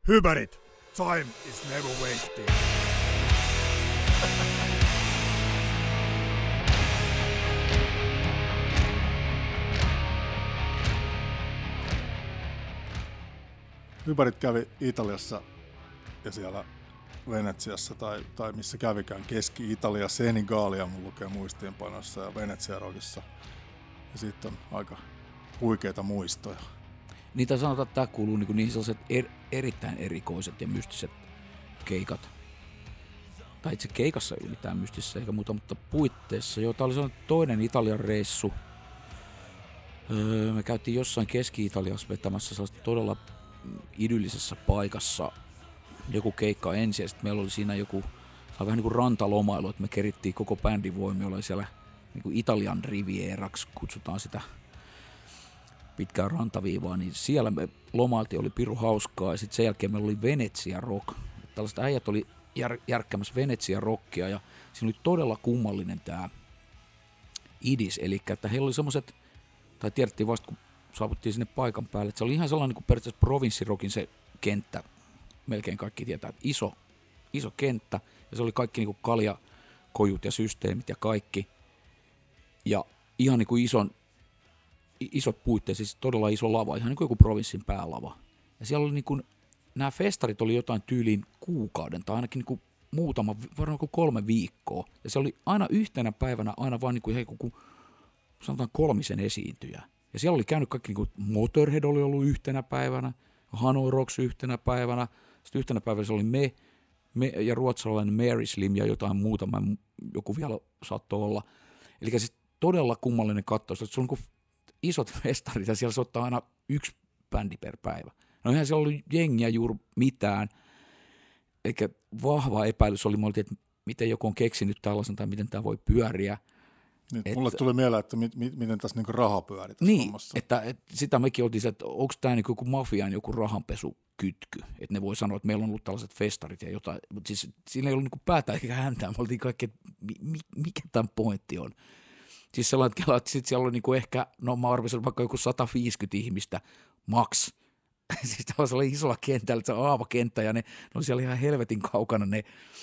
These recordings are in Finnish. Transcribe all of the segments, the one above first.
Hypärit, time is never wasted. Hypärit kävi Italiassa ja siellä Venetsiassa tai missä kävikään, Keski-Italia, Senegalia, mun lukee muistiinpanossa, ja Venetsia Rockissa. Ja sitten on aika huikeita muistoja. Niitä sanotaan, että tämä kuuluu niihin sellaiset erittäin erikoiset ja mystiset keikat. Tai itse keikassa ei ole mitään mystistä eikä muuta, mutta puitteissa. Joo, tämä oli sellainen toinen Italian reissu. Me käytiin jossain Keski-Italiassa vetämässä sellaista todella idyllisessä paikassa joku keikka ensin, ja sitten meillä oli siinä joku vähän niin kuin rantalomailu, että me kerittiin koko bändin voimia, oli siellä niin kuin Italian Rivieraksi, kutsutaan sitä pitkää rantaviivaa, niin siellä me lomailtiin, oli piru hauskaa, ja sitten sen jälkeen meillä oli Venetsia Rock. Tällaiset äijät oli järkkämässä Venetsia Rockia, ja siinä oli todella kummallinen tämä idis, eli että heillä oli semmoiset, tai tiedettiin vasta kun saavuttiin sinne paikan päälle, että se oli ihan sellainen niin kuin periaatteessa provinssirokin se kenttä, melkein kaikki tietää, että iso kenttä, ja se oli kaikki niin kuin kaljakojut ja systeemit ja kaikki, ja ihan niin kuin isot puitteet, siis todella iso lava, ihan niin kuin joku provinssin päälava. Ja siellä oli niin kuin, nämä festarit oli jotain tyyliin kuukauden, tai ainakin niin kuin muutama, varmaan kuin 3 viikkoa, ja se oli aina yhtenä päivänä, aina vaan niin kuin sanotaan 3 esiintyjä. Ja siellä oli käynyt kaikki, niin kuin Motorhead oli ollut yhtenä päivänä, Hanoi Rocks yhtenä päivänä, sitten yhtenä päivänä se oli me ja ruotsalainen Mary Slim ja jotain muuta, joku vielä saattoi olla. Eli siis todella kummallinen katsoa, että se on niin isot festarit ja siellä soittaa aina 1 bändi per päivä. No eihän siellä ollut jengiä juuri mitään, eikä vahva epäilys oli, että miten joku on keksinyt tällaisen tai miten tämä voi pyöriä. Niin, mulle tuli mieleen, että miten tässä niinku raha pyöri tässä niin, hommassa. että sitä mekin oltiin, että onko tämä niinku joku mafian joku rahanpesukytky, että ne voi sanoa, että meillä on ollut tällaiset festarit ja jotain, mutta siis siinä ei ollut niinku päätä eikä häntää, me oltiin kaikki, että mikä tämän pointti on. Siis sellainen, että sitten siellä oli niinku ehkä, no mä arvisin vaikka joku 150 ihmistä maks, siis tällaisella isolla kentällä, se aavakenttä ja ne oli siellä ihan helvetin kaukana ne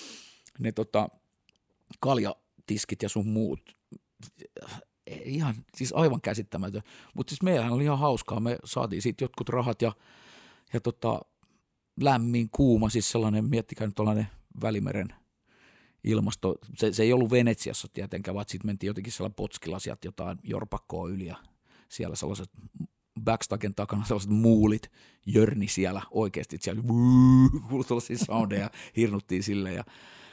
kaljatiskit ja sun muut. Ihan, siis aivan käsittämätön. Mutta siis meillähän oli ihan hauskaa. Me saatiin siitä jotkut rahat ja lämmin, kuuma, siis sellainen, miettikää nyt tällainen Välimeren ilmasto. Se ei ollut Venetsiassa tietenkään, vaan sitten mentiin jotenkin sellainen Potskilla sieltä jotain jorpakkoa yli ja siellä sellaiset backstagen takana sellaiset muulit jörni siellä oikeasti. Siellä kuului tuollaisia soundeja ja hirnuttiin sille ja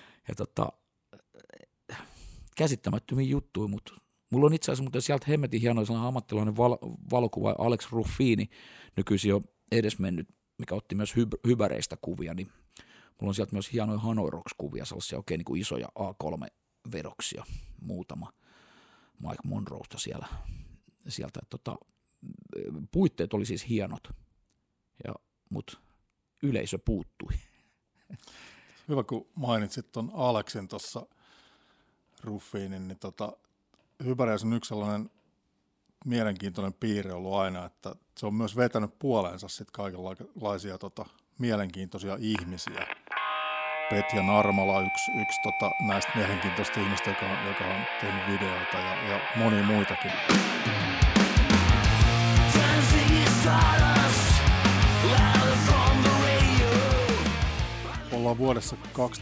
käsittämättömiä juttuja, mutta mulla on itse asiassa muuten sieltä hemmetin hieno sellainen ammattilainen valokuva Alex Ruffini, nykyisin jo edesmennyt, mikä otti myös hypäreistä kuvia, niin mulla on sieltä myös hienoja Hanoi Rocks-kuvia, sellaisia oikein niin kuin isoja A3-vedoksia, muutama Mike Monroesta sieltä. Puitteet oli siis hienot, mutta yleisö puuttui. Hyvä, kun mainitsit tuon Aleksin tuossa Ruffinin, niin hypäreissä on yksi sellainen mielenkiintoinen piirre ollut aina, että se on myös vetänyt puoleensa sit kaikenlaisia mielenkiintoisia ihmisiä. Petja Narmala, yksi näistä mielenkiintoisista ihmistä, joka on tehnyt videoita ja monia muitakin. Ollaan vuodessa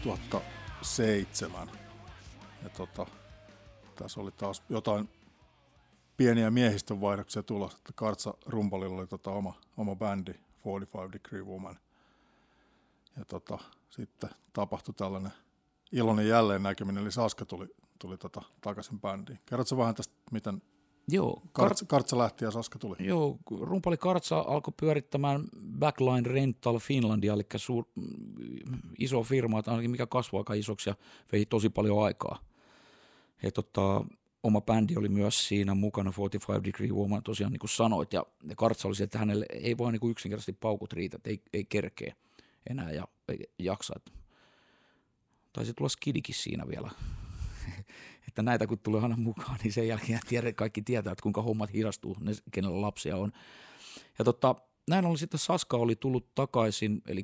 2007 ja tässä oli taas jotain pieniä miehistönvaihdoksia tulossa, että Kartsa Rumpalilla oli oma bändi 45 Degree Woman ja sitten tapahtui tällainen iloinen jälleen näkeminen, eli Saska tuli takaisin bändiin. Kerrotko vähän tästä, miten Joo, Kartsa lähti ja Saska tuli? Joo, Rumpali Kartsa alkoi pyörittämään Backline Rental Finlandia, eli iso firma, ainakin mikä kasvoi aika isoksi ja vei tosi paljon aikaa. Ja oma bändi oli myös siinä mukana, 45 Degree Woman, tosiaan niin kuin sanoit, ja Kartsa oli se, että hänelle ei vaan niin kuin yksinkertaisesti paukut riitä, että ei kerkeä enää ja ei jaksa. Taisi tulla Skidikin siinä vielä. Että näitä kun tulee aina mukaan, niin sen jälkeen kaikki tietää, että kuinka hommat hidastuu, ne kenellä lapsia on. Ja näin ollen sitten Saska oli tullut takaisin, eli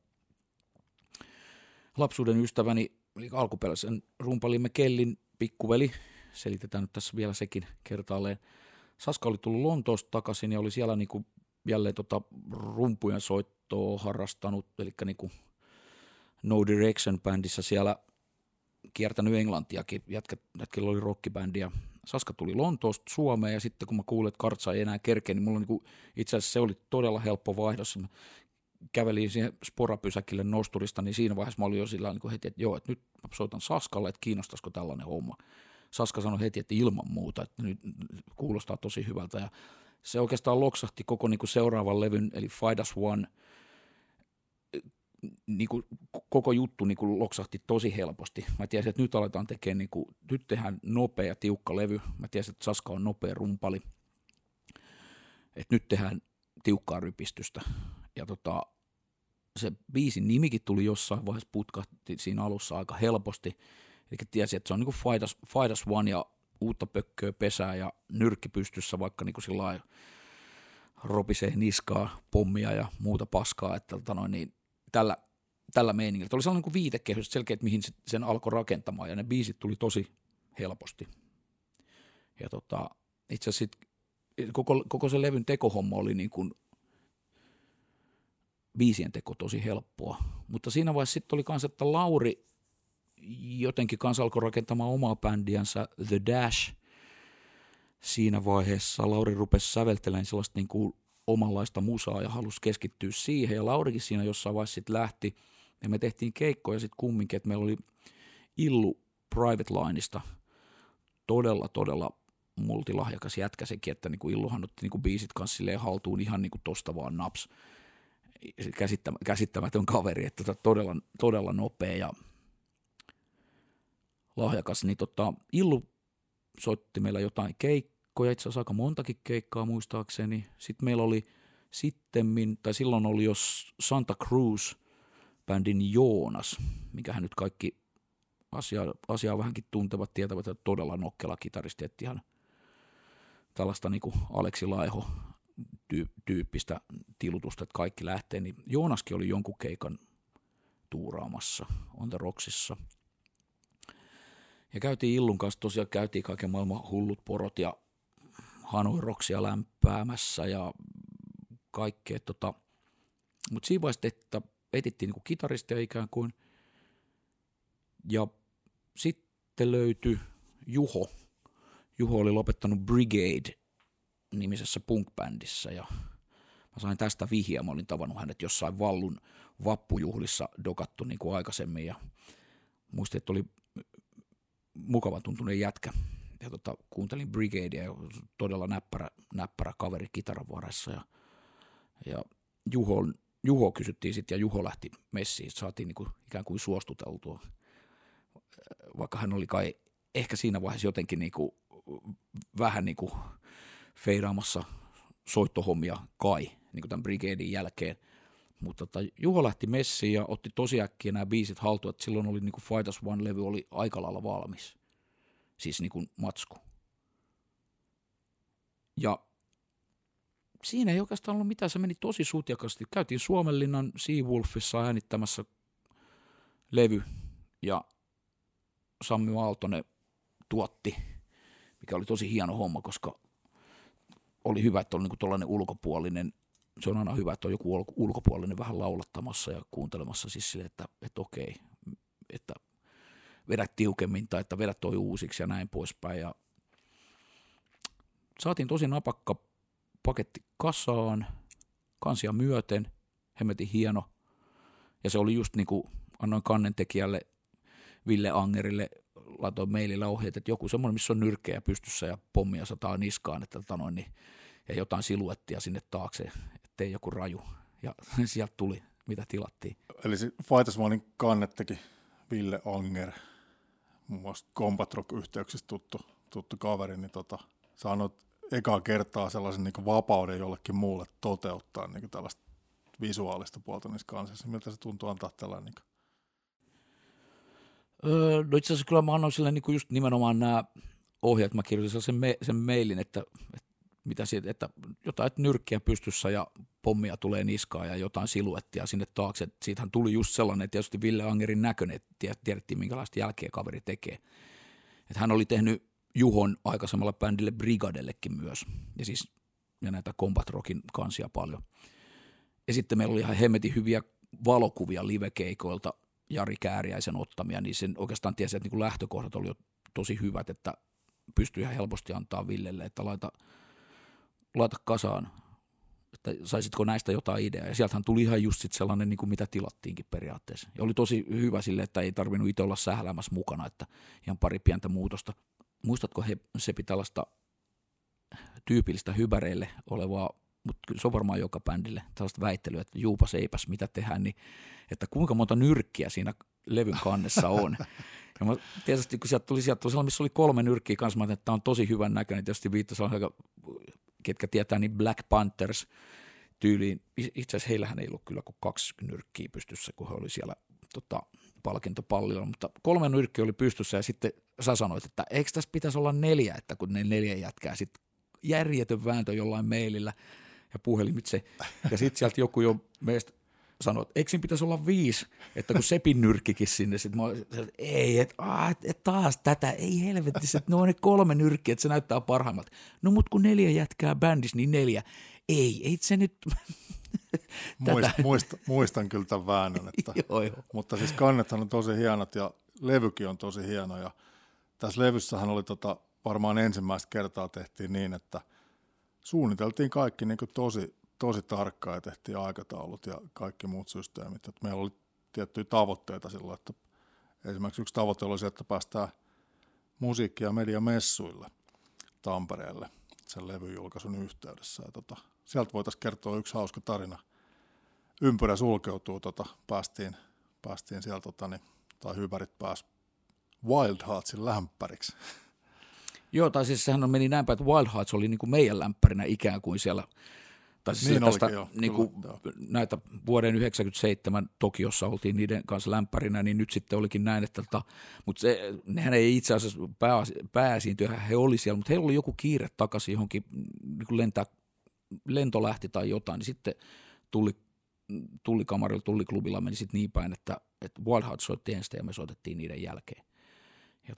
lapsuuden ystäväni, eli alkuperäisen rumpalimme Kellin pikkuveli, selitetään nyt tässä vielä sekin kertaalleen. Saska oli tullut Lontoosta takaisin ja oli siellä niinku jälleen rumpujen soittoa harrastanut, eli niinku No Direction-bändissä siellä kiertänyt Englantiakin, jätkellä oli rockibändi ja Saska tuli Lontoosta Suomeen ja sitten kun mä kuulin, että Kartsa ei enää kerkeä, niin mulla niinku, itse asiassa se oli todella helppo vaihdos. Mä kävelin siihen sporapysäkille nosturista, niin siinä vaiheessa mä olin jo sillä niin heti, että joo, että nyt mä soitan Saskalle, että kiinnostaisiko tällainen homma. Saska sanoi heti, että ilman muuta, että nyt kuulostaa tosi hyvältä ja se oikeastaan loksahti koko niin kuin seuraavan levyn, eli Fight Us One, niin kuin, koko juttu niin kuin loksahti tosi helposti. Mä tiesin, että nyt aletaan tekemään, niin kuin, nyt tehdään nopea ja tiukka levy. Mä tiesin, että Saska on nopea rumpali. Että nyt tehdään tiukkaa rypistystä. Ja se biisin nimikin tuli jossain vaiheessa, putkahti siinä alussa aika helposti. Eli tiesin, että se on niin kuin Fight Us One ja uutta pökköä pesää ja nyrkki pystyssä, vaikka niin kuin sillä lailla ropisee niskaa, pommia ja muuta paskaa, että niin tällä meiningillä. Oli sellainen niin viitekehys selkeä, että mihin sen alkoi rakentamaan, ja ne biisit tuli tosi helposti. Ja itse asiassa koko se levyn tekohomma oli niin kuin biisien teko tosi helppoa. Mutta siinä vaiheessa sitten oli kanssa, että Lauri jotenkin kanssa alkoi rakentamaan omaa bändiänsä The Dash. Siinä vaiheessa Lauri rupesi säveltelemään sellaista niin kuin omanlaista musaa ja halusi keskittyä siihen. Ja Laurikin siinä jossain vaiheessa sitten lähti. Ja me tehtiin keikkoja sitten kumminkin, että meillä oli Illu Private Lineista todella multilahjakas jätkä sekin, että niinku Illuhan otti niinku biisit kanssa silleen haltuun ihan niinku tosta vaan naps. Käsittämätön kaveri, että todella nopea ja lahjakas. Niin Illu soitti meillä jotain keikkoja, itse asiassa aika montakin keikkaa muistaakseni. Sitten meillä oli silloin oli jo Santa Cruz-bändin Joonas, mikähän nyt kaikki asiaa vähänkin tuntevat, tietävät, että todella nokkela kitaristi, että ihan tällaista niin kuin Aleksi Laiho tyyppistä tilutusta, että kaikki lähtee, niin Joonaskin oli jonkun keikan tuuraamassa On The Rocksissa. Ja käytiin Illun kanssa, tosiaan käytiin kaiken maailman hullut porot ja Hanoi Rocksia lämpäämässä ja kaikkea. Mutta siinä vaiheessa etittiin niinku kitaristia ikään kuin. Ja sitten löytyi Juho. Juho oli lopettanut Brigade-nimisessä punk-bändissä ja mä sain tästä vihjeä. Mä olin tavannut hänet jossain Vallun vappujuhlissa dokattu niin kuin aikaisemmin ja muistin, että oli mukavan tuntuneen jätkä. Ja kuuntelin Brigadea ja todella näppärä kaveri kitaran varassa ja Juho kysyttiin sitten ja Juho lähti messiin. Saatiin niin kuin ikään kuin suostuteltua, vaikka hän oli kai ehkä siinä vaiheessa jotenkin niin kuin vähän niin kuin feidaamassa soittohommia kai niin kuin tämän Brigadein jälkeen. Mutta Juho lähti messiin ja otti tosi äkkiä nämä biisit haltuun, että silloin oli niin kuin Fight Us One-levy oli aika lailla valmis. Siis niin kuin matsku. Ja siinä ei oikeastaan ollut mitään, se meni tosi sutjakasti. Käytiin Suomenlinnan Seawolfissa äänittämässä levy ja Sammy Aaltonen tuotti, mikä oli tosi hieno homma, koska oli hyvä, että oli niinku tollainen ulkopuolinen. Se on aina hyvä, että on joku ulkopuolinen vähän laulattamassa ja kuuntelemassa siis silleen, että okei, että vedä tiukemmin tai että vedä toi uusiksi ja näin poispäin. Ja saatiin tosi napakka paketti kasaan, kansia myöten, hemmetin hieno. Ja se oli just niin kuin annoin kannentekijälle Ville Angerille, laitoin mailillä ohjeet, että joku semmoinen, missä on nyrkkejä pystyssä ja pommia sataa niskaan, että ja jotain siluettia sinne taakse, ettei joku raju. Ja sieltä tuli, mitä tilattiin. Eli se Fight Us Onein kannet teki Ville Anger, muun muassa Combat Rock-yhteyksistä tuttu kaveri, niin saanut ekaa kertaa sellaisen niin kuin vapauden jollekin muulle toteuttaa niin kuin tällaista visuaalista puolta niissä kansissa. Miltä se tuntuu antaa tällainen? Niin no itse asiassa kyllä mä annoin sille niin kuin just nimenomaan nämä ohjeet. Mä kirjoitin sen mailin, että mitä siitä, että jotain nyrkkiä pystyssä ja pommia tulee niskaan ja jotain siluettia sinne taakse. Siitähän tuli just sellainen, että tietysti Ville Angerin näköinen, että tiedettiin minkälaista jälkeä kaveri tekee. Että hän oli tehnyt Juhon aikaisemmalla bändille Brigadellekin myös ja näitä Combat Rockin kansia paljon. Ja sitten meillä oli ihan hemmetin hyviä valokuvia livekeikoilta, Jari Kääriäisen ottamia, niin sen oikeastaan tiesi, että niin kuin lähtökohdat oli jo tosi hyvät, että pystyi ihan helposti antaa Villelle, että laita kasaan, että saisitko näistä jotain ideaa. Ja sieltähän tuli ihan just sit sellainen, niin kuin mitä tilattiinkin periaatteessa. Ja oli tosi hyvä sille, että ei tarvinnut itse olla sählämässä mukana, että ihan pari pientä muutosta. Muistatko Sepi tällaista tyypillistä hypäreille olevaa, mutta kyllä se on varmaan joka bändille, tällaista väittelyä, että juupas eipäs mitä tehdään, niin että kuinka monta nyrkkiä siinä levyn kannessa on. Ja mä, tietysti kun sieltä tuli sellainen, missä oli 3 nyrkkiä kanssa, mä ajattelin, että tämä on tosi hyvän näköinen, tietysti viittasi ketkä tietää, niin Black Panthers tyyliin. Itse asiassa heillähän ei ollut kyllä kuin 2 nyrkkiä pystyssä, kun he oli siellä palkintopallilla, mutta 3 nyrkkiä oli pystyssä ja sitten sä sanoit, että eikö tässä pitäisi olla 4, että kun ne 4 jätkää sitten järjetön vääntö jollain mailillä ja puhelimitse ja sitten sieltä joku jo meistä sanoi, että eikö siinä pitäisi olla 5, että kun Sepin nyrkkikin sinne, sitten mä olin, että ei, että taas tätä, ei helvetissä, että ne on ne 3 nyrkkiä, että se näyttää parhaimmalta. No mut kun 4 jätkää bändissä, niin 4. Ei se nyt... Muistan kyllä tämän väännön, että, joo. Mutta siis kannethan on tosi hienot ja levykin on tosi hieno ja tässä levyssähän oli varmaan ensimmäistä kertaa tehtiin niin, että suunniteltiin kaikki niin kuin tosi tarkkaan ja tehtiin aikataulut ja kaikki muut systeemit. Et meillä oli tiettyjä tavoitteita silloin, että esimerkiksi yksi tavoite oli se, että päästään musiikki- ja mediamessuille Tampereelle sen levyjulkaisun yhteydessä. Ja sieltä voitaisiin kertoa yksi hauska tarina. Ympyrä sulkeutuu, päästiin sieltä, tai hypärit pääsi Wild Heartsin lämpäriksi. Joo, tai siis sehän meni näin päin, että Wild Hearts oli niin kuin meidän lämpärinä ikään kuin siellä. Tai siis niin tästä, niin kuin näitä vuoden 1997 Tokiossa oltiin niiden kanssa lämpärinä, niin nyt sitten olikin näin, että mutta nehän ei itse asiassa pääesiintyä, he oli siellä, mutta heillä oli joku kiire takaisin johonkin, niin kuin lento lähti tai jotain, niin sitten tullikamarilla, tulliklubilla meni sitten niin päin, että Wild Hearts soitti ensin ja me soitettiin niiden jälkeen. Ja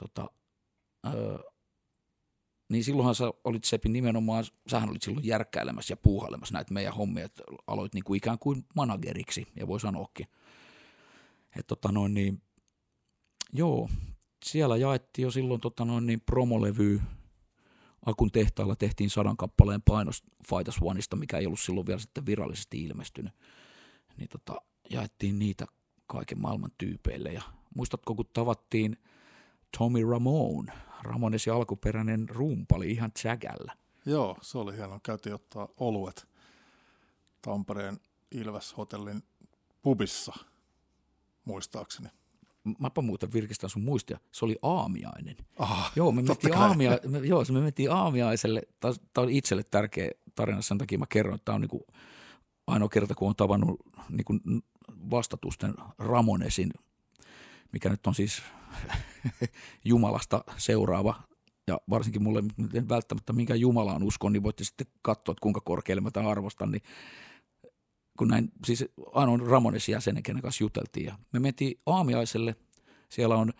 niin silloinhan sä olit Sepi nimenomaan, sähän olit silloin järkkäilemässä ja puuhailemassa näitä meidän hommia, että aloit niin kuin ikään kuin manageriksi, ja voi sanoakin. Että niin, joo, siellä jaettiin jo silloin niin promolevyä. Akun tehtaalla tehtiin 100 kappaleen painos Fighters Oneista, mikä ei ollut silloin vielä sitten virallisesti ilmestynyt. Niin jaettiin niitä kaiken maailman tyypeille. Ja muistatko, kun tavattiin Tommy Ramone, Ramones ja alkuperäinen rumpali ihan tsägällä. Joo, se oli hienoa. Käytiin ottaa oluet Tampereen Ilves-hotellin pubissa, muistaakseni. Mäpä muuten virkistän sun muistia. Se oli aamiainen. Joo, me mentiin aamiaiselle. Tämä on itselle tärkeä tarina, sen takia mä kerron, että tämä on niinku ainoa kerta, kun on tavannut niinku vastatusten Ramonesin, mikä nyt on siis Jumalasta seuraava, ja varsinkin mulle en välttämättä minkään Jumalaan uskon, niin voitte sitten katsoa, että kuinka korkealle mä tämän arvostan, niin kun näin, siis ainoa Ramonesin jäsenen, kenen kanssa juteltiin, ja me mentiin aamiaiselle, siellä on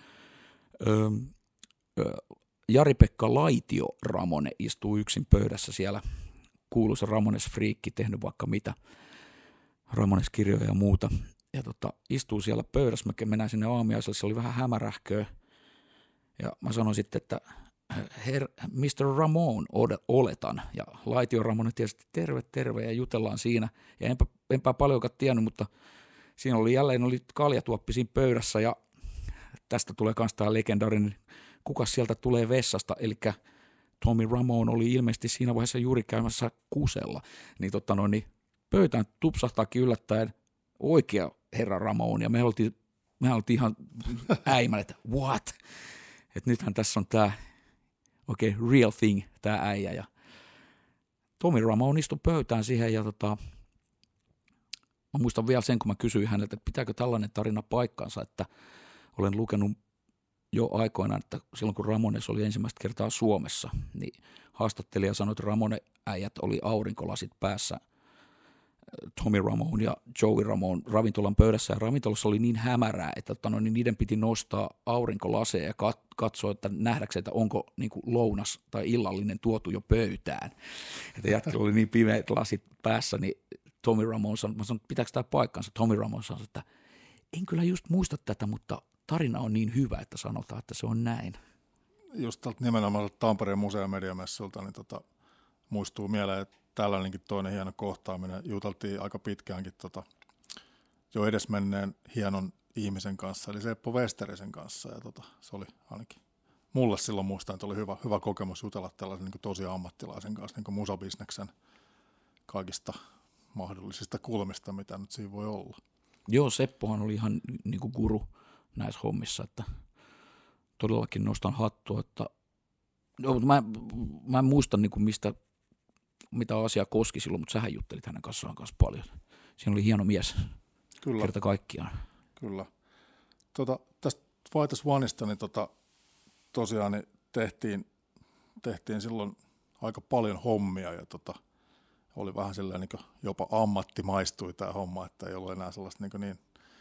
Jari-Pekka Laitio Ramone istuu yksin pöydässä siellä, kuuluisa Ramones-friikki, tehnyt vaikka mitä, Ramones-kirjoja ja muuta, ja istuu siellä pöydässä, mä mennään sinne aamiaiselle, se oli vähän hämärähköä, ja mä sanoin sitten, että Mr. Ramone oletan, ja Laitio Ramone tietysti terve, ja jutellaan siinä, ja enpä paljonkaan tiennyt, mutta siinä oli jälleen kaljatuoppi siinä pöydässä, ja tästä tulee myös tämä legendaarinen, kuka sieltä tulee vessasta, eli Tommy Ramone oli ilmeisesti siinä vaiheessa juuri käymässä kusella, niin, niin pöytään tupsahtaakin yllättäen oikea herra Ramone, ja me oltiin ihan äimän, että what? Että nythän tässä on tämä real thing, tämä äijä. Ja Tommy Ramone istui pöytään siihen, ja mä muistan vielä sen, kun mä kysyin häneltä, että pitääkö tällainen tarina paikkansa, että olen lukenut jo aikoinaan, että silloin kun Ramones oli ensimmäistä kertaa Suomessa, niin haastattelija sanoi, että Ramone-äijät oli aurinkolasit päässä Tommy Ramone ja Joey Ramone ravintolan pöydässä, ja ravintolassa oli niin hämärää, että niin niiden piti nostaa aurinkolaseja ja katsoa, että nähdäkseen, että onko niin kuin lounas tai illallinen tuotu jo pöytään. Että jätkellä oli niin pimeät lasit päässä, niin Tommy Ramone sanoi, mä sanoin, pitääkö tämä paikkansa? Tommy Ramone sanoi, että en kyllä just muista tätä, mutta tarina on niin hyvä, että sanotaan, että se on näin. Just tältä nimenomaan Tampereen museomediamessulta niin muistuu mieleen, että tällainenkin toinen hieno kohtaaminen. Juteltiin aika pitkäänkin jo edesmenneen hienon ihmisen kanssa, eli Seppo Westerisen kanssa. Ja se oli ainakin mulle silloin muistan, että oli hyvä kokemus jutella tällaisen niin tosi ammattilaisen kanssa niin musabisneksen kaikista mahdollisista kulmista, mitä nyt siinä voi olla. Joo, Seppohan oli ihan niin kuin guru näissä hommissa, että todellakin nostan hattua, että mä en muista niin kuin mitä asia koski silloin, mutta sähän juttelit hänen kanssaan kanssa paljon. Siinä oli hieno mies. Kyllä. Kerta kaikkiaan. Kyllä. Tästä Vitus Oneista niin tosiaan niin tehtiin silloin aika paljon hommia ja oli vähän silleen niin jopa ammattimaistui tämä homma, että ei ollut enää sellaista niin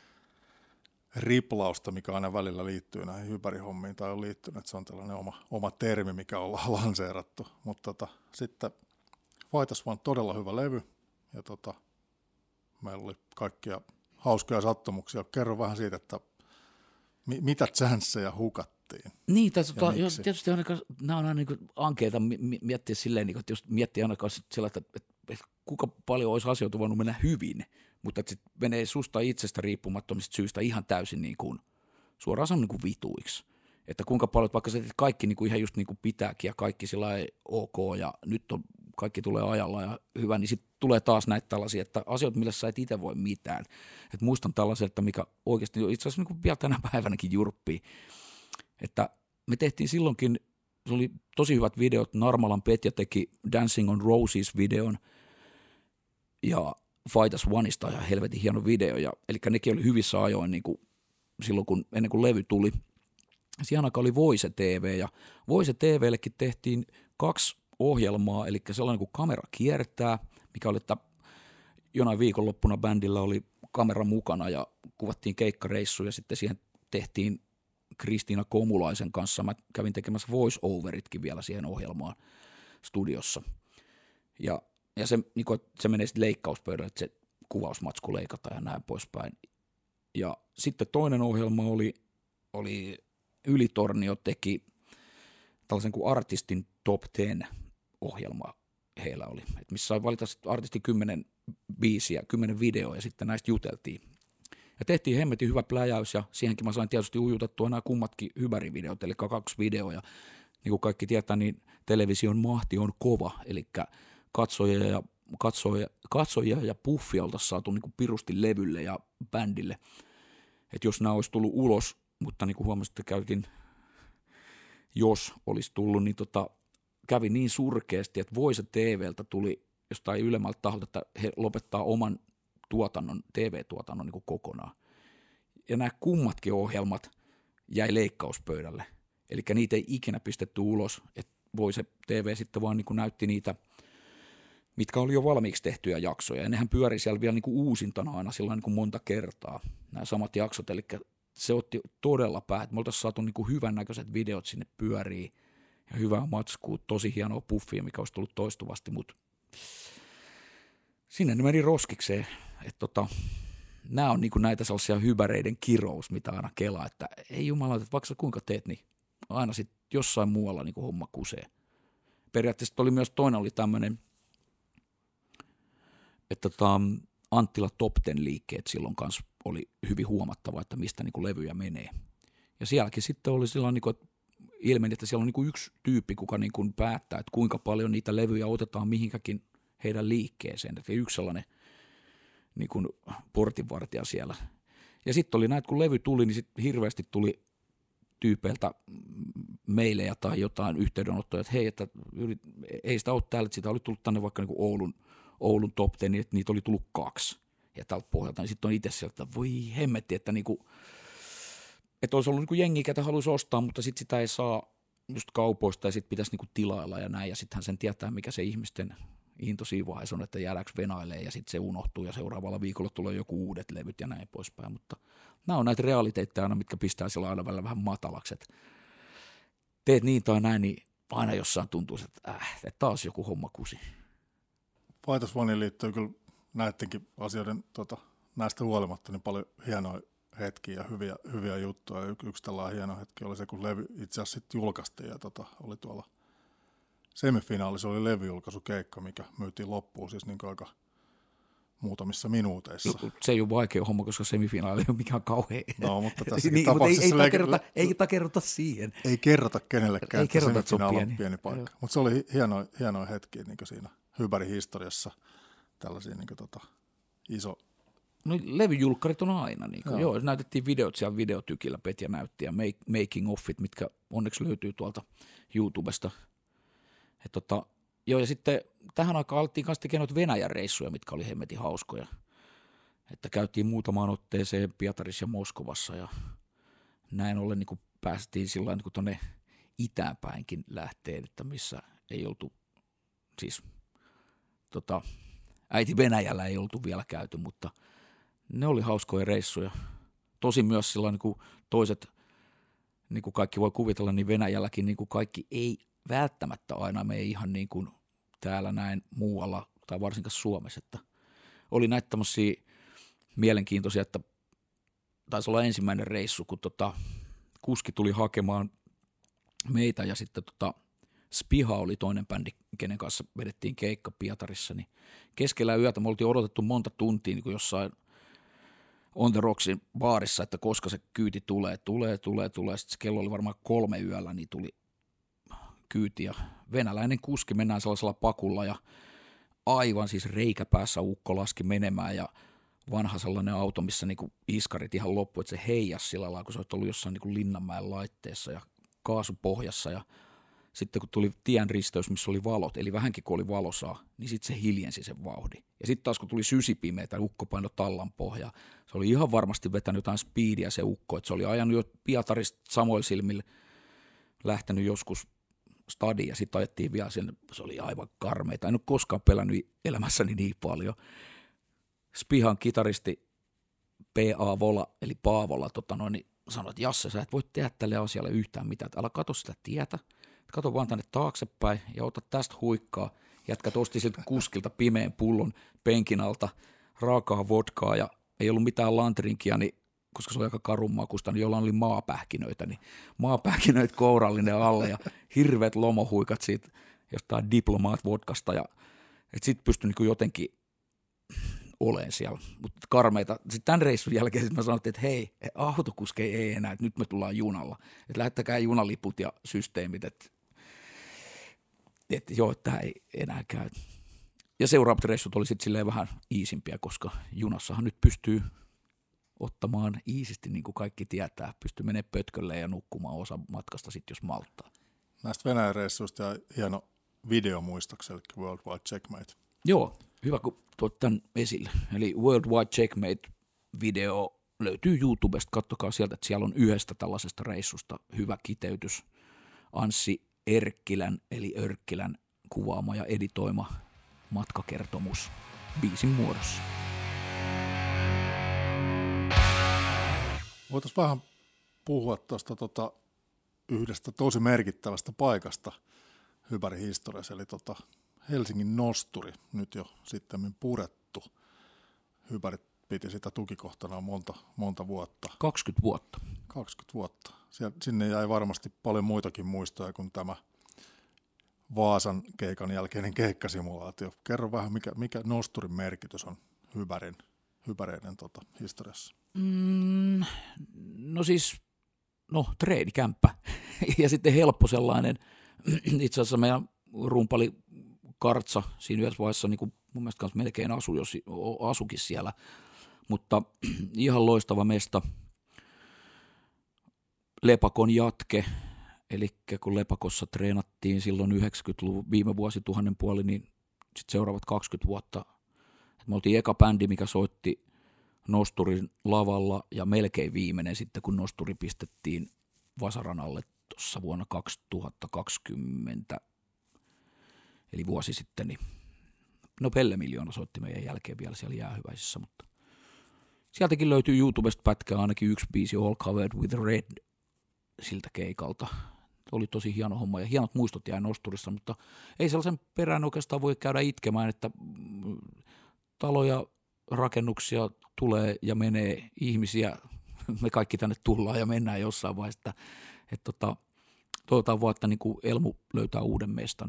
riplausta, mikä aina välillä liittyy näihin hybrihommiin tai on liittynyt, että se on tällainen oma termi, mikä ollaan lanseerattu, mutta sitten Vitus One todella hyvä levy ja meillä oli kaikkia hauskoja sattumuksia. Kerro vähän siitä, että mitä chanceja hukattiin. Niin, tietysti nämä on aina niin ankeita miettiä silleen, että jos miettii ainakaan sellaista, että kuinka paljon olisi asioita voinut mennä hyvin, mutta että se menee susta itsestä riippumattomista syistä ihan täysin niin kuin, suoraan sanoen niin kuin vituiksi. Että kuinka paljon, vaikka se kaikki niin kuin ihan just niin kuin pitääkin ja kaikki sillä ok ja nyt on, kaikki tulee ajalla ja hyvä, niin sitten tulee taas näitä tällaisia, että asioita, millä sä et itse voi mitään. Et muistan tällaisen, että mikä oikeasti itse asiassa niin kuin vielä tänä päivänäkin jurppii, että me tehtiin silloinkin, se oli tosi hyvät videot, Narmalan Petja teki Dancing on Roses-videon ja Vitus Oneista ihan helvetin hieno video, eli nekin oli hyvissä ajoin niin kuin silloin, ennen kuin levy tuli. Siihen aikaan oli Voice TV, ja Voice TVllekin tehtiin 2 ohjelmaa, eli sellainen kuin Kamera kiertää, mikä oli, että jonain viikonloppuna bändillä oli kamera mukana ja kuvattiin keikkareissuja, ja sitten siihen tehtiin Kristiina Komulaisen kanssa, mä kävin tekemässä voice-overitkin vielä siihen ohjelmaan studiossa. Ja se menee sitten leikkauspöydälle, että se kuvausmatsku leikataan ja näin poispäin. Ja sitten toinen ohjelma oli Ylitornio teki tällaisen kuin artistin top 10 ohjelma heillä oli, että missä sai valita artistin 10 biisiä, 10 videoa ja sitten näistä juteltiin. Ja tehtiin hemmetin hyvä pläjäys ja siihenkin mä sain tietysti ujutettua nämä kummatkin hybridivideot, eli 2 videoa. Niin kuin kaikki tietää, niin television mahti on kova, eli katsojia ja puffia oltaisiin saatu niin kuin pirusti levylle ja bändille. Että jos nämä olisi tullut ulos, mutta niin kuin huomasitte, käytiin, jos olisi tullut, niin kävi niin surkeasti, että Voice TVltä tuli jostain ylemmältä taholta, että he lopettaa oman TV-tuotannon niin kuin kokonaan. Ja nämä kummatkin ohjelmat jäi leikkauspöydälle. Eli niitä ei ikinä pistetty ulos, että Voice TV sitten vaan niin kuin näytti niitä, mitkä oli jo valmiiksi tehtyjä jaksoja. Ja nehän pyöri siellä vielä niin kuin uusintana aina silloin niin kuin monta kertaa, nämä samat jaksot. Eli se otti todella päät. Me oltaisiin saatu niin kuin hyvännäköiset videot sinne pyöriin ja hyvää matskua, tosi hienoa puffia, mikä olisi tullut toistuvasti, mutta sinne ne meni roskikseen. Että nämä on niin kuin näitä sellaisia hypäreiden kirous, mitä aina kelaa, että ei jumala, että vaikka sä kuinka teet, niin aina sitten jossain muualla niin kuin homma kusee. Periaatteessa oli myös toinen oli tämmöinen, että Anttila Top 10 liikkeet silloin kanssa oli hyvin huomattava, että mistä niin kuin levyjä menee. Ja sielläkin sitten oli silloin, niin kuin, että ilmeni, että siellä on niin kuin yksi tyyppi, kuka niin kuin päättää, että kuinka paljon niitä levyjä otetaan mihinkäkin heidän liikkeeseen. Että yksi sellainen niin kuin portinvartija siellä. Ja sitten oli näitä, kun levy tuli, niin sitten hirveästi tuli tyypeiltä meilejä tai jotain yhteydenottoja, että hei, että ei sitä ole täällä, että sitä oli tullut tänne vaikka niin kuin Oulun top 10, että niitä oli tullut 2. Ja tältä pohjalta, niin sitten on itse sieltä, että voi hemmetti, että niinku, että olisi ollut niin kuin jengi, ketä haluaisi ostaa, mutta sitten sitä ei saa just kaupoista ja sitten pitäisi niin kuin tilailla ja näin. Ja sittenhän sen tietää, mikä se ihmisten into siinä vaiheessa on, että jäädäänkö venailee ja sitten se unohtuu ja seuraavalla viikolla tulee joku uudet levyt ja näin poispäin. Mutta nämä on näitä realiteetteja aina, mitkä pistää sillä aina välillä vähän matalaksi. Että teet niin tai näin, niin aina jossain tuntuu, että taas joku homma kusi. Fighters Oneen liittyy kyllä näidenkin asioiden näistä huolimatta niin paljon hienoja hetkiä ja hyviä juttuja. Yksi tällainen hieno hetki oli se, kun levy itse asiassa sitten julkaistiin ja oli tuolla semifinaalissa oli levyjulkaisukeikka, mikä myytiin loppuun siis niin aika muutamissa minuuteissa. Se ei ole vaikea homma, koska semifinaali ei ole mikään kauhean. No, mutta tässäkin tapauksessa ei takerrota siihen. Ei kerrota kenellekään, ei että kerrota, semifinaali on pieni paikka. Mutta se oli hienoja hetkiä niin siinä Hypärin historiassa, tällaisia niin iso. No levyjulkkarit on aina. Niin joo, näytettiin videot siellä videotykillä, Petja näytti ja making offit, mitkä onneksi löytyy tuolta YouTubesta. Joo, ja sitten tähän aikaan alettiin kanssa tekemään noita Venäjän reissuja, mitkä oli hemmetin hauskoja. Että käytiin muutamaan otteeseen Pietarissa ja Moskovassa ja näin ollen niin päästiin sillä niin tuonne itäänpäinkin lähteen, että missä ei oltu, siis äiti Venäjällä ei oltu vielä käyty, mutta ne oli hauskoja reissuja. Tosi myös sillä niin kuin toiset, niin kuin kaikki voi kuvitella, niin Venäjälläkin niin kuin kaikki ei välttämättä aina mene ihan niin kuin täällä näin muualla tai varsinkaan Suomessa, että oli näitä tämmöisiä mielenkiintoisia, että taisi olla ensimmäinen reissu, kun kuski tuli hakemaan meitä ja sitten Spiha oli toinen bändi, kenen kanssa vedettiin keikka Pietarissa, niin keskellä yötä me oltiin odotettu monta tuntia niin kuin jossain On the Rocksin baarissa, että koska se kyyti tulee. Sitten se kello oli varmaan 3 yöllä, niin tuli kyyti ja venäläinen kuski, mennään sellaisella pakulla ja aivan siis reikäpäässä ukko laski menemään ja vanha sellainen auto, missä niinku iskarit ihan loppu, että se heijasi sillä lailla, kun se olisi ollut jossain niinku Linnanmäen laitteessa ja kaasupohjassa ja sitten kun tuli tien risteys, missä oli valot, eli vähänkin kun oli valosaa, niin sitten se hiljensi sen vauhdin. Ja sitten taas kun tuli sysipimeitä, ukko paino tallan pohjaa, se oli ihan varmasti vetänyt jotain speedia se ukko, että se oli ajanut jo Pietarista samoilla silmillä, lähtenyt joskus stadiin ja sitten ajettiin vielä sen, se oli aivan karmeita. En ole koskaan pelännyt elämässäni niin paljon. Spihan kitaristi P.A. Vola, eli Paavola, niin sanoi, että Jasse, sä et voi tehdä tälle asialle yhtään mitään, että älä katso sitä tietä, kato vaan tänne taaksepäin ja ota tästä huikkaa. Jätkät osti siltä kuskilta pimeän pullon penkin alta, raakaa vodkaa ja ei ollut mitään lantrinkia, niin koska se oli aika karun makusta, niin jollain oli maapähkinöitä, niin maapähkinöitä kourallinen alle ja hirveät lomohuikat siitä jostain diplomaat-vodkasta ja sitten pystyi niin jotenkin olemaan siellä. Mutta karmeita. Sitten tämän reissun jälkeen mä sanottiin, että hei, autokuske ei enää, että nyt me tullaan junalla. Että lähettäkää junaliput ja systeemit, että joo, tämä ei enää käy. Ja seuraavat reissut oli sitten silleen vähän iisimpiä, koska junassahan nyt pystyy ottamaan iisisti, niin kuin kaikki tietää. Pystyy menemään pötkölle ja nukkumaan osa matkasta sitten, jos malttaa. Näistä Venäjän reissuista ja hieno video muistoksi, eli Worldwide Checkmate. Joo, hyvä kun tuot tämän esille. Eli Worldwide Checkmate-video löytyy YouTubesta. Katsokaa sieltä, että siellä on yhdestä tällaisesta reissusta hyvä kiteytys. Anssi Erkkilän, eli Örkkilän kuvaama ja editoima matkakertomus biisin muodossa. Voitaisiin vähän puhua tuosta yhdestä tosi merkittävästä paikasta Hypärin historiassa, eli Helsingin Nosturi, nyt jo sitten purettu. Hypärit piti sitä tukikohtana monta vuotta. 20 vuotta. 20 vuotta. Sinne jäi varmasti paljon muitakin muistoja kuin tämä Vaasan keikan jälkeinen keikkasimulaatio. Kerro vähän, mikä Nosturin merkitys on Hypäreiden historiassa. No siis, treenikämppä ja sitten helppo sellainen. Itse asiassa meidän rumpali Kartsa siinä yhdessä vaiheessa niin kuin mun mielestä kanssa melkein asukin siellä, mutta ihan loistava mesta. Lepakon jatke, eli kun Lepakossa treenattiin silloin 90-luvun viime vuosituhannen puoli, niin sitten seuraavat 20 vuotta. Me oltiin eka bändi, mikä soitti nosturin lavalla ja melkein viimeinen sitten, kun nosturi pistettiin vasaran alle tuossa vuonna 2020, eli vuosi sitten, niin no Pelle Miljoona soitti meidän jälkeen vielä siellä Jäähyväisissä, mutta sieltäkin löytyy YouTubesta pätkää ainakin yksi biisi All Covered with Red siltä keikalta. Oli tosi hieno homma ja hienot muistot jäi nosturissa, mutta ei sellaisen perään oikeastaan voi käydä itkemään, että taloja, rakennuksia tulee ja menee, ihmisiä, me kaikki tänne tullaan ja mennään jossain vaiheessa, että toivotaan vaan, että niin kuin Elmu löytää uuden mestan,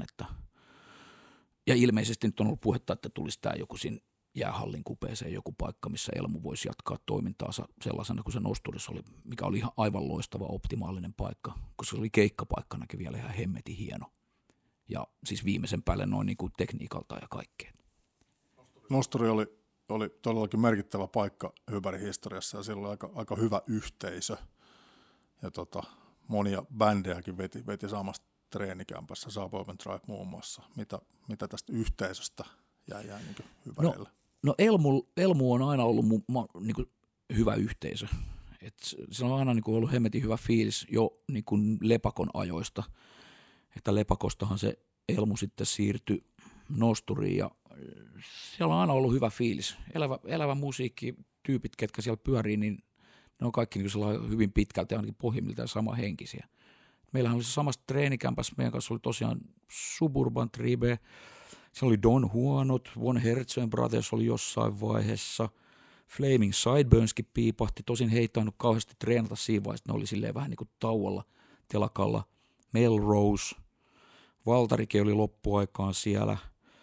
ja ilmeisesti nyt on ollut puhetta, että tulisi tämä joku siinä jäähallin kupeeseen joku paikka, missä Elmu voisi jatkaa toimintaansa sellaisena kuin se nosturissa oli, mikä oli ihan aivan loistava, optimaalinen paikka, koska se oli keikkapaikkanakin vielä ihan hemmetin hieno. Ja siis viimeisen päälle noin niin kuin tekniikalta ja kaikkea. Nosturi oli todellakin merkittävä paikka Hypärin historiassa ja sillä oli aika hyvä yhteisö. Ja monia bändejäkin veti samasta treenikämpässä, Suburban Tribe muun muassa. Mitä tästä yhteisöstä jäi niin kuin Hypärille? No Elmu on aina ollut niin kuin hyvä yhteisö. Se on aina niin kuin ollut hemmetin hyvä fiilis jo niin kuin Lepakon ajoista. Että Lepakostahan se Elmu sitten siirtyi nosturiin ja siellä on aina ollut hyvä fiilis. Elävä musiikki, tyypit, ketkä siellä pyörii, niin ne on kaikki niin hyvin pitkälti ainakin pohjimmiltaan samanhenkisiä. Meillähän oli se samassa treenikämpässä, meidän kanssa oli tosiaan Suburban Tribe, se oli Don Juanot, Von Herzen Brothers oli jossain vaiheessa, Flaming Sideburnskin piipahti, tosin he ei tainnut kauheasti treenata siinä vaiheessa, ne oli silleen vähän niin kuin tauolla telakalla, Melrose, Valtarikin oli loppuaikaan siellä,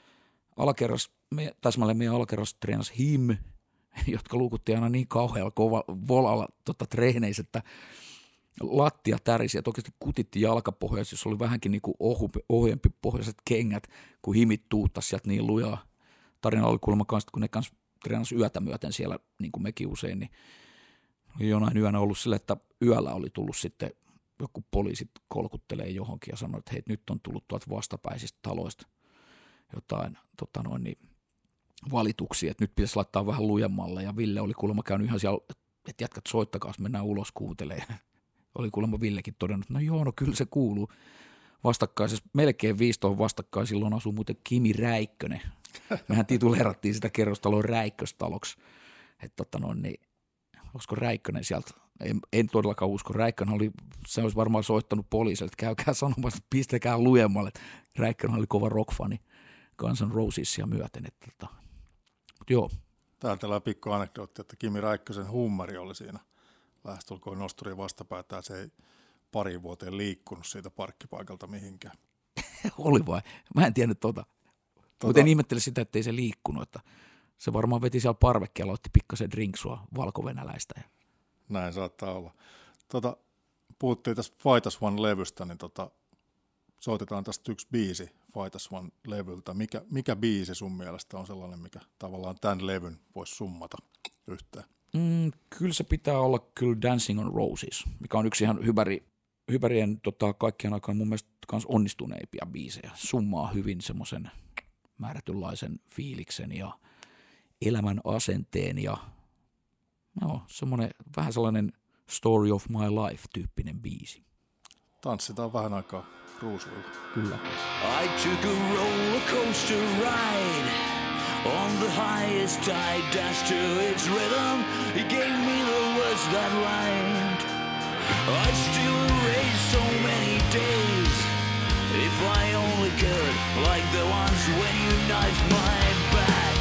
täsmälleen meidän alakerrassa treenasi Him, jotka luukutti aina niin kauhealla volalla treeneissä, että lattia tärisi, että oikeasti kutitti jalkapohjassa, jos oli vähänkin niin kuin ohjempi pohjaiset kengät, kun himit tuuttasi sieltä niin lujaa. Tarina oli kuulemma kanssa, kun ne kanssa treenasi yötä myöten siellä, niin kuin mekin usein, niin oli jonain yönä ollut sille, että yöllä oli tullut sitten joku poliisit kolkuttelee johonkin ja sanoi, että hei, nyt on tullut tuolta vastapäisistä taloista jotain niin valituksia, että nyt pitäisi laittaa vähän lujemmalle, ja Ville oli kuulemma käynyt ihan siellä, että jätkät soittakaa, mennään ulos kuuntelemaan. Oli kuulemma Villekin todennut, että no joo, no kyllä se kuuluu. Vastakkaisessa, melkein 5 vastakkain, silloin asui muuten Kimi Räikkönen. Mehän tituleerattiin sitä kerrostalon Räikköstaloksi. Että niin, olisiko Räikkönen sieltä, en todellakaan usko, se olisi varmaan soittanut poliisille, että käykää sanomassa, että pistäkää lujemmalle. Räikkönen oli kova rockfani Guns N' Rosesia myöten. Mutta joo. Täältä pikku anekdootti, että Kimi Räikkösen huumori oli siinä lähestulkoon nosturin vastapäätä, ja se ei pari vuoteen liikkunut siitä parkkipaikalta mihinkään. Oli vai? Mä en tiennyt Mutta en ihmettele sitä, ettei se liikkunut, että se varmaan veti siellä parvekkeella, otti pikkasen drinksua valkovenäläistä. Näin saattaa olla. Puhuttiin tästä Fight As One-levystä, niin soitetaan tästä yksi biisi Fight As One-levyltä. Mikä biisi sun mielestä on sellainen, mikä tavallaan tämän levyn voisi summata yhteen? Kyllä se pitää olla kyllä Dancing on Roses, mikä on yksi ihan Hypärien kaikkien aikaan mun mielestä kans onnistuneimpia biisejä. Summaa hyvin semmoisen määrätynlaisen fiiliksen ja elämän asenteen ja semmoinen vähän sellainen story of my life -tyyppinen biisi. Tanssitaan vähän aikaa ruusuilla. Kyllä. I took a roller coaster ride on the highest tide, danced to its rhythm. It gave me the words that rhymed. I'd still erase so many days if I only could, like the ones when you knifed my back.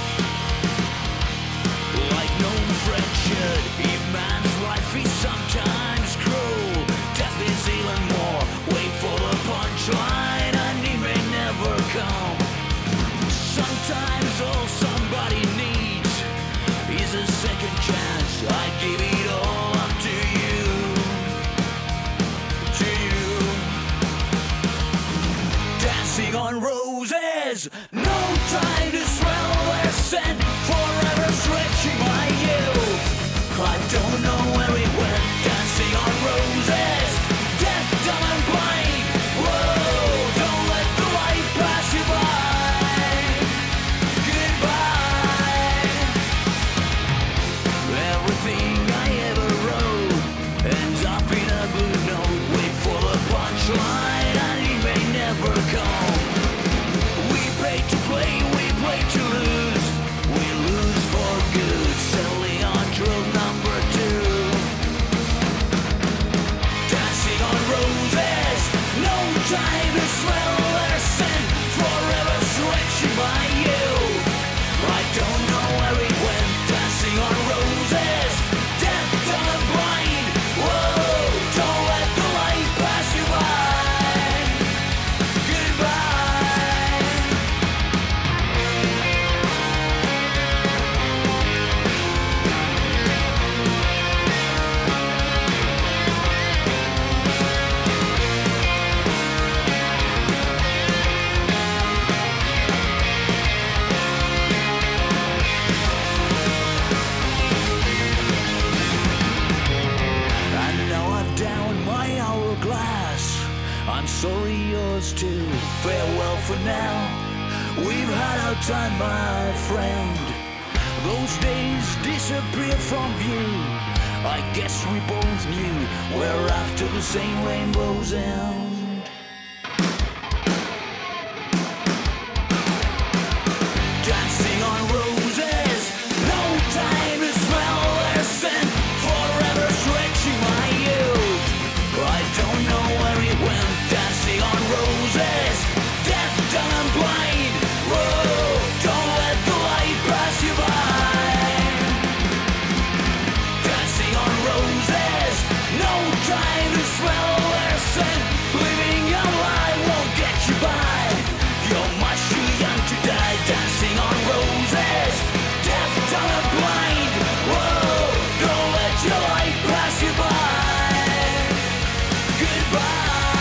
Like no friend should, if man's life is sometimes cruel, death is even more. Wait for the punchline and it may never come. Sometimes all somebody needs is a second chance. I give it all up to you, to you. Dancing on roses, no time to swell their scent, forever stretching my youth. I don't know where it went. Dancing on roses, deaf, dumb and blind. Whoa, don't let the light pass you by. Goodbye. sorry yours too. Farewell for now, we've had our time, my friend. Those days disappear from view. I guess we both knew we're after the same rainbow's end. Dancing on roses, no time to smell their scent. Forever stretching my youth, I don't know where it went. Dancing on roses, deaf, dumb and blind. Whoa, don't let the light pass you by. Dancing on roses, no time to smell their scent. Living your life won't get you by. You're much too young to die. Dancing on roses, deaf, dumb and blind. Whoa, don't let your life pass you by. Goodbye.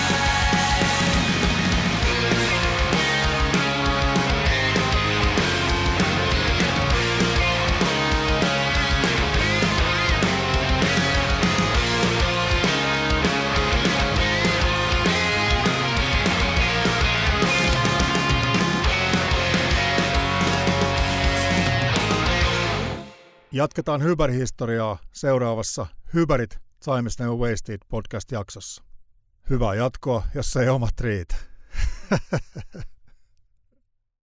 Jatketaan Hyber-historiaa seuraavassa Hyberit Time is Never Wasted -podcast-jaksossa. Hyvää jatkoa, jos ei omat riitä.